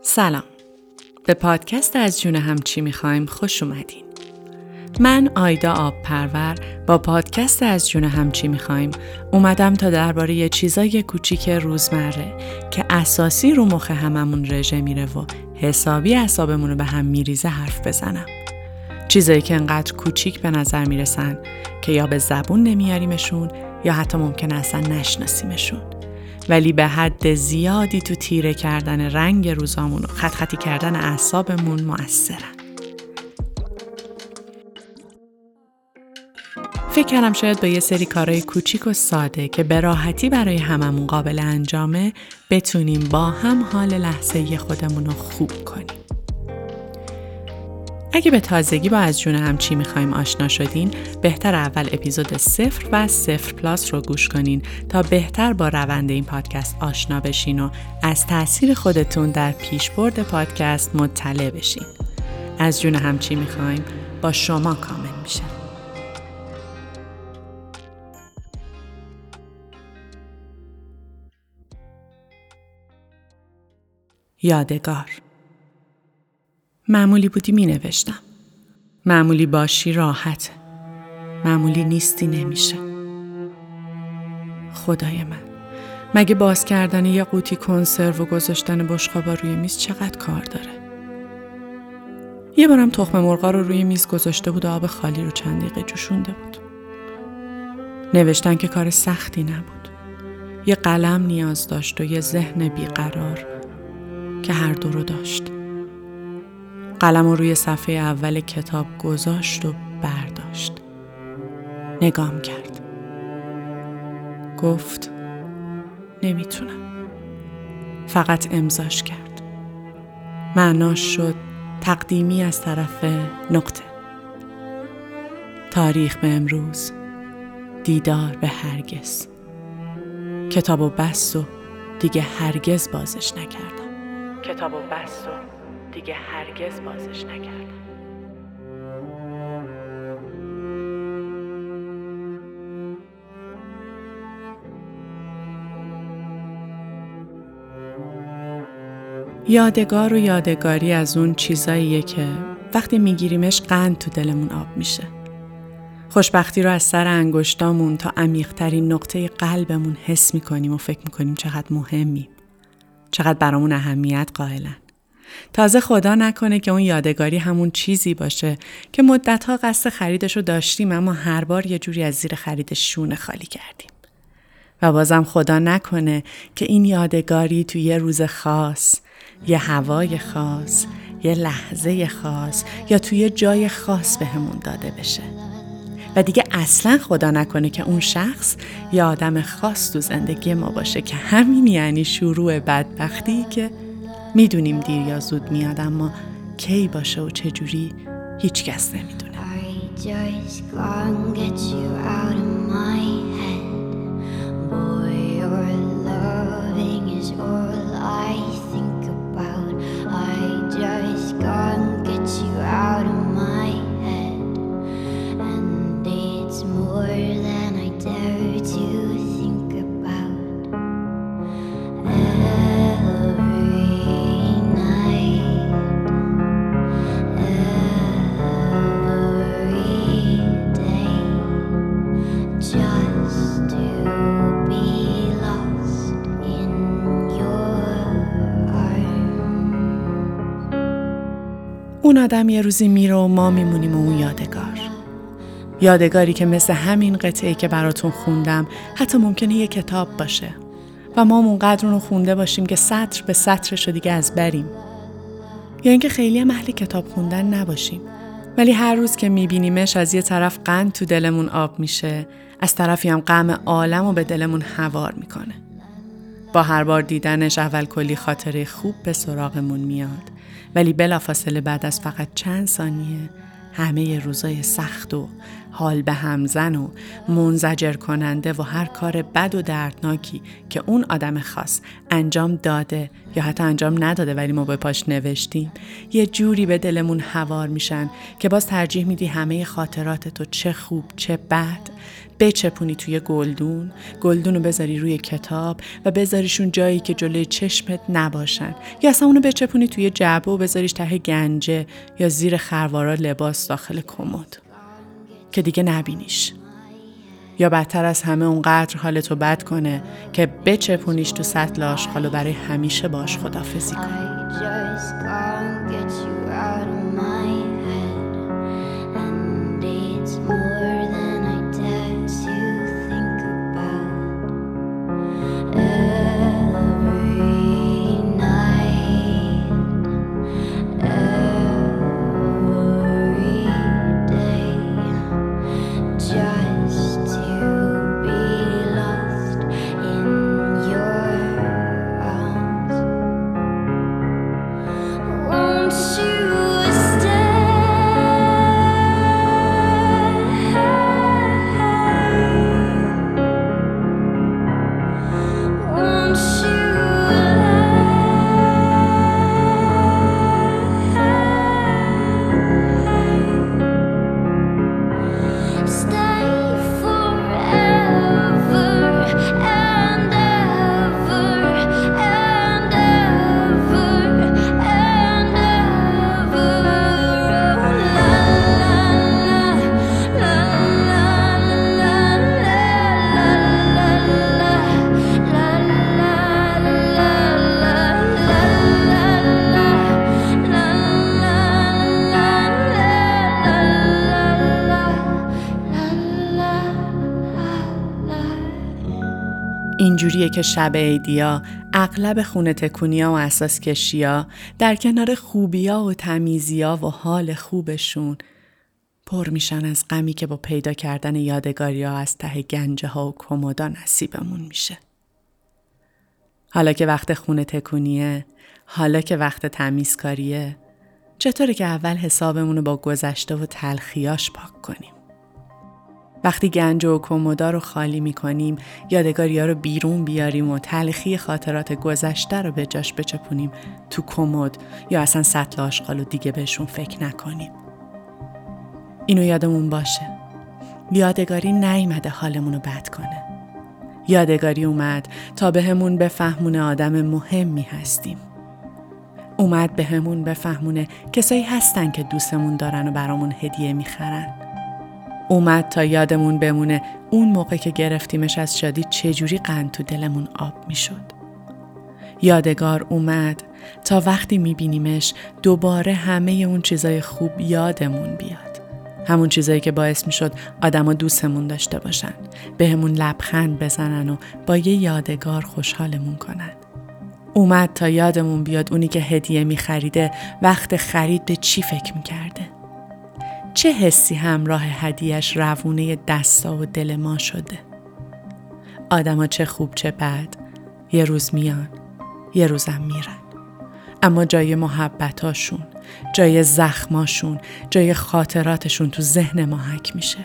سلام. به پادکست از جون هم چی میخوایم خوش اومدین. من آیدا آبپرور با پادکست از جون هم چی میخوایم اومدم تا درباره یه چیزای کوچیک روزمره که اساسی رو مخ هممون رژه میره و حسابی اعصابمون رو به هم میریزه حرف بزنم. چیزایی که انقدر کوچیک به نظر میرسن که یا به زبون نمیاریمشون یا حتی ممکن اصلا نشناسیمشون. ولی به حد زیادی تو تیره کردن رنگ روزامون و خطی کردن اعصابمون مؤثرن. فکر کردم شاید با یه سری کارهای کوچیک و ساده که به راحتی برای هممون قابل انجامه بتونیم با هم حال لحظه‌ای خودمون رو خوب کنیم. اگه به تازگی با از جون هم چی میخوایم آشنا شدین، بهتر اول اپیزود 0 و 0+ رو گوش کنین تا بهتر با روند این پادکست آشنا بشین و از تأثیر خودتون در پیشبرد پادکست مطلع بشین. از جون هم چی میخوایم با شما کامل میشه. یادگار. معمولی بودی می نوشتم. معمولی باشی راحته. معمولی نیستی نمیشه. خدای من، مگه باز کردن یه قوطی کنسرو و گذاشتن بشقابا روی میز چقدر کار داره؟ یه بارم تخم مرغا رو روی میز گذاشته بود و آب خالی رو چند دقیقه جوشونده بود. نوشتن که کار سختی نبود. یه قلم نیاز داشت و یه ذهن بیقرار که هر دو رو داشت. قلم رو روی صفحه اول کتاب گذاشت و برداشت. نگام کرد. گفت نمیتونم. فقط امضاش کرد. معناش شد تقدیمی از طرف نقطه. تاریخ به امروز. دیدار به هرگز. کتابو بست و دیگه هرگز بازش نکردم. یادگار و یادگاری از اون چیزاییه که وقتی میگیریمش قند تو دلمون آب میشه. خوشبختی رو از سر انگشتامون تا عمیق‌ترین نقطه قلبمون حس میکنیم و فکر میکنیم چقدر مهمیم. چقدر برامون اهمیت قائلن. تازه خدا نکنه که اون یادگاری همون چیزی باشه که مدت‌ها قصد خریدش رو داشتیم اما هر بار یه جوری از زیر خریدش شونه خالی کردیم. و بازم خدا نکنه که این یادگاری توی یه روز خاص، یه هوای خاص، یه لحظه خاص یا توی یه جای خاص بهمون داده بشه. و دیگه اصلا خدا نکنه که اون شخص یه آدم خاص تو زندگی ما باشه که همین یعنی شروع بدبختی که میدونیم دیر یا زود میاد اما کی باشه و چجوری هیچ کس نمیدونه. اون آدم یه روزی میره و ما میمونیم و اون یادگاری که مثل همین قطعه‌ای که براتون خوندم حتی ممکنه یه کتاب باشه و ما اونقدر اونو خونده باشیم که سطر به سطرش رو دیگه از بریم یا اینکه خیلی هم اهل کتاب خوندن نباشیم ولی هر روز که میبینیمش از یه طرف قند تو دلمون آب میشه، از طرفی هم غم عالم رو به دلمون هوار میکنه. با هر بار دیدنش اول کلی خاطره خوب به سراغمون میاد ولی بلافاصله بعد از فقط چند ثانیه همه روزای سخت و حال به همزن و منزجر کننده و هر کار بد و دردناکی که اون آدم خاص انجام داده یا حتی انجام نداده ولی ما به پاش نوشتیم، یه جوری به دلمون هوار میشن که باز ترجیح میدی همه خاطراتتو چه خوب چه بد بچپونی توی گلدون رو بذاری روی کتاب و بذاریشون جایی که جلوی چشمت نباشن، یا اصلا اونو بچپونی توی جعبه و بذاریش ته گنجه یا زیر خروارا لباس داخل کمد که دیگه نبینیش، یا بدتر از همه اونقدر حالتو بد کنه که بچپونیش تو سطل آشغال و برای همیشه باش خداحافظی کنی. اینجوریه که شب عیدیا اغلب خونه تکونیا و اساس کشیا در کنار خوبیا و تمیزیا و حال خوبشون پر میشن از غمی که با پیدا کردن یادگاریا از ته گنجه ها و کمودا نصیبمون میشه. حالا که وقت خونه تکونیه، حالا که وقت تمیزکاریه، چطوره که اول حسابمونو با گذشته و تلخیاش پاک کنیم؟ وقتی گنج و کمودا رو خالی می‌کنیم، یادگاری‌ها رو بیرون بیاریم و تلخی خاطرات گذشته رو به جاش بچپونیم تو کمد یا اصلا سطل آشغال و دیگه بهشون فکر نکنیم. اینو یادمون باشه. یادگاری نیامده حالمون رو بد کنه. یادگاری اومد تا بهمون بفهمونه آدم مهمی هستیم. اومد بهمون بفهمونه کسایی هستن که دوستمون دارن و برامون هدیه میخرن. اومد تا یادمون بمونه اون موقع که گرفتیمش از شادی چجوری قند تو دلمون آب میشد. یادگار اومد تا وقتی میبینیمش دوباره همه اون چیزای خوب یادمون بیاد. همون چیزایی که باعث میشد آدما دوستمون داشته باشن، بهمون لبخند بزنن و با یه یادگار خوشحالمون کنن. اومد تا یادمون بیاد اونی که هدیه میخریده وقت خرید به چی فکر میکرده. چه حسی همراه هدیه‌اش روونه دستا و دل ما شده. آدما چه خوب چه بد یه روز میان، یه روزم میرن. اما جای محبتاشون، جای زخماشون، جای خاطراتشون تو ذهن ما حک میشه.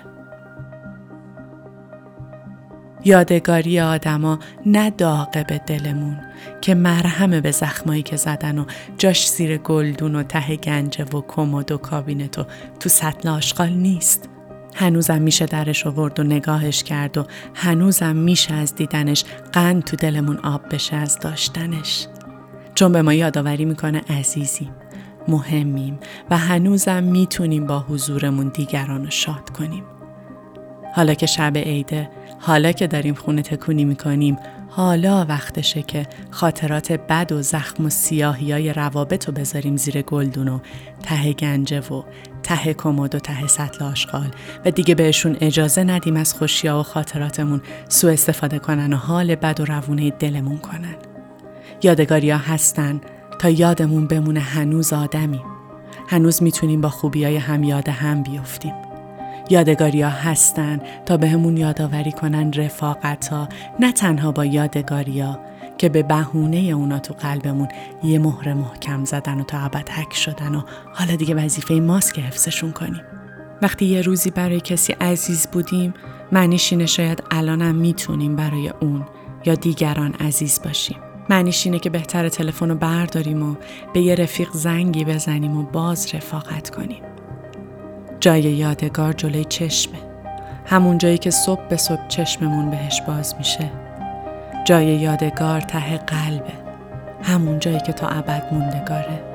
یادگاری آدما نه داغه به دلمون که مرهم به زخمایی که زدن و جاش زیر گلدون و ته گنجه و کمد و کابینت و تو سطل آشغال نیست. هنوزم میشه درش آورد و نگاهش کرد و هنوزم میشه از دیدنش قند تو دلمون آب بشه از داشتنش. چون به ما یادآوری میکنه عزیزیم، مهمیم و هنوزم میتونیم با حضورمون دیگران رو شاد کنیم. حالا که شب عیده، حالا که داریم خونه تکونی میکنیم، حالا وقتشه که خاطرات بد و زخم و سیاهیای روابط رو بذاریم زیر گلدون و ته گنجه و ته کمد و ته سطل آشغال و دیگه بهشون اجازه ندیم از خوشی‌ها و خاطراتمون سوء استفاده کنن و حال بد و روونه دلمون کنن. یادگاری‌ها هستن تا یادمون بمونه هنوز آدمیم. هنوز میتونیم با خوبیای هم یاد هم بیفتیم. یادگاری‌ها هستن تا بهمون یادآوری کنن رفاقت‌ها، نه تنها با یادگاری‌ها که به بهونه اونا تو قلبمون یه مهر محکم زدن و تا ابد حک شدن و حالا دیگه وظیفه ماست که حفظشون کنیم. وقتی یه روزی برای کسی عزیز بودیم، معنیش اینه شاید الانم میتونیم برای اون یا دیگران عزیز باشیم. معنیش اینه که بهتره تلفن رو برداریم و به یه رفیق زنگی بزنیم و باز رفاقت کنیم. جای یادگار جلوی چشمه. همون جایی که صبح به صبح چشممون بهش باز میشه. جای یادگار ته قلبه. همون جایی که تا ابد موندگاره.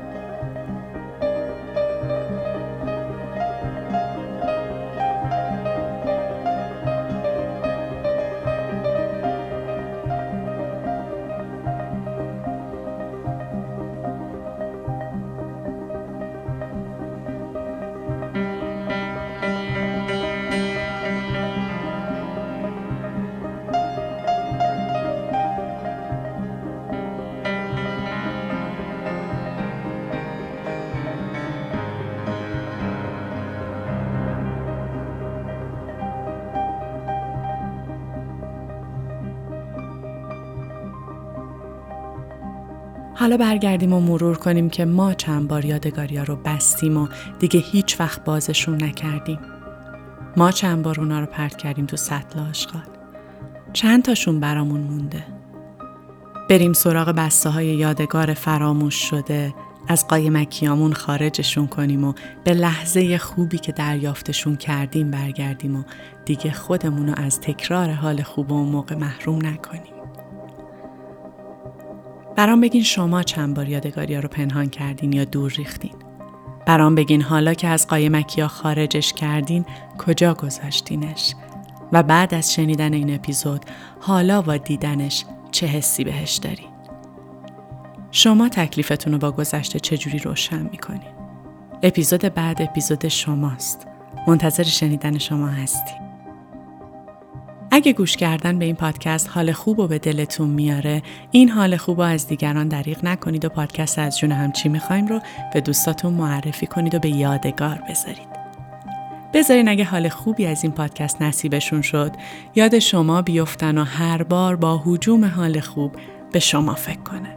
حالا برگردیم و مرور کنیم که ما چند بار یادگاری‌ها رو بستیم و دیگه هیچ وقت بازشون نکردیم. ما چند بار اونا رو پرت کردیم تو سطل آشغال. چند تاشون برامون مونده. بریم سراغ بسته‌های یادگار فراموش شده، از قایمکیامون خارجشون کنیم و به لحظه خوبی که دریافتشون کردیم برگردیم و دیگه خودمون رو از تکرار حال خوب و موقع محروم نکنیم. برام بگین شما چند بار یادگاری‌ها رو پنهان کردین یا دور ریختین. برام بگین حالا که از قایمکی‌ها خارجش کردین کجا گذاشتینش و بعد از شنیدن این اپیزود حالا با دیدنش چه حسی بهش دارین. شما تکلیفتون رو با گذشته چجوری روشن میکنین؟ اپیزود بعد اپیزود شماست. منتظر شنیدن شما هستی. اگه گوش کردن به این پادکست حال خوب رو به دلتون میاره، این حال خوب رو از دیگران دریغ نکنید و پادکست از جون هم چی میخوایم رو به دوستاتون معرفی کنید و به یادگار بذارین اگه حال خوبی از این پادکست نصیبشون شد، یاد شما بیفتن و هر بار با هجوم حال خوب به شما فکر کنه.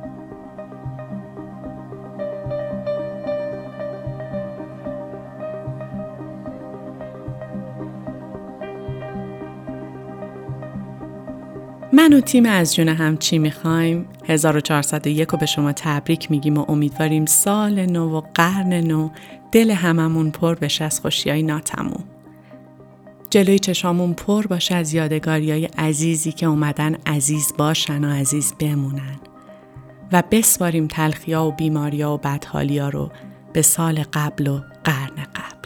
من و تیم از جون هم چی میخوایم 1401 رو به شما تبریک میگیم و امیدواریم سال نو و قرن نو دل هممون پر بشه از خوشیای ناتموم. جلوی چشامون پر باشه از یادگاریای عزیزی که اومدن عزیز باشن و عزیز بمونن و بسپاریم تلخی‌ها و بیماری‌ها و بدحالی‌ها رو به سال قبل و قرن قبل.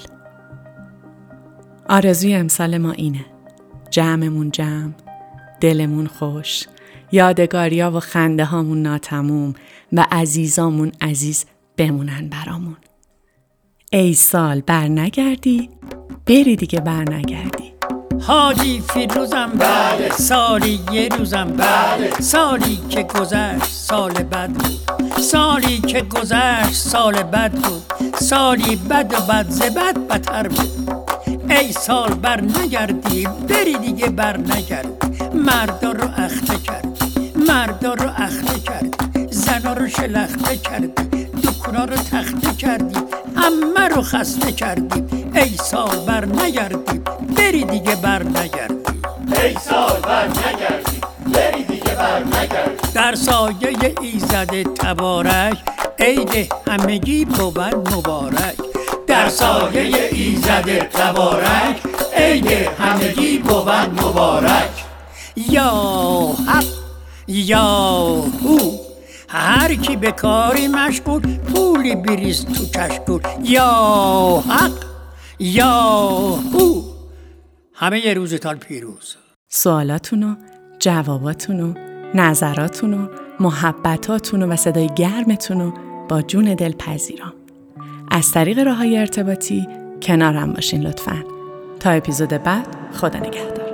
آرزوی امسال ما اینه: جمعمون جمع، دلمون خوش، یادگاری‌ها و خنده هامون ناتموم و عزیزامون عزیز بمونن برامون. ای سال بر نگردی، بری دیگه بر نگردی. حاجی فیروزم بله، سالی یه روزم بله، سالی که گذشت سال بد بود، سالی که گذشت سال بد بود، سالی بد و بد ز بد بدتر بود. ای سال بر نگردی، بری دیگه بر نگردی. مردا رو اخته کردی، مردا رو اخته کردی، زنا رو شلخته کردی، دکونا رو تخته کردی، همه رو خسته کردی. ای سال بر نگردی، بری دیگه بر نگردی. ای سال بر نگردی، بری دیگه بر نگردی. در سایه ایزد تبارک، عید همگی بود مبارک. در سایه ایزد تبارک، عید همگی بود مبارک. یا حق یا هو، هر کی به کاری مشغول، پولی بریز تو کشکول. یا حق یا هو. همه یه روزتان پیروز. سوالاتونو، جواباتونو، نظراتونو، محبتاتونو و صدای گرمتونو با جون دل پذیرام. از طریق راه‌های ارتباطی کنارم باشین لطفاً. تا اپیزود بعد، خدا نگهدار.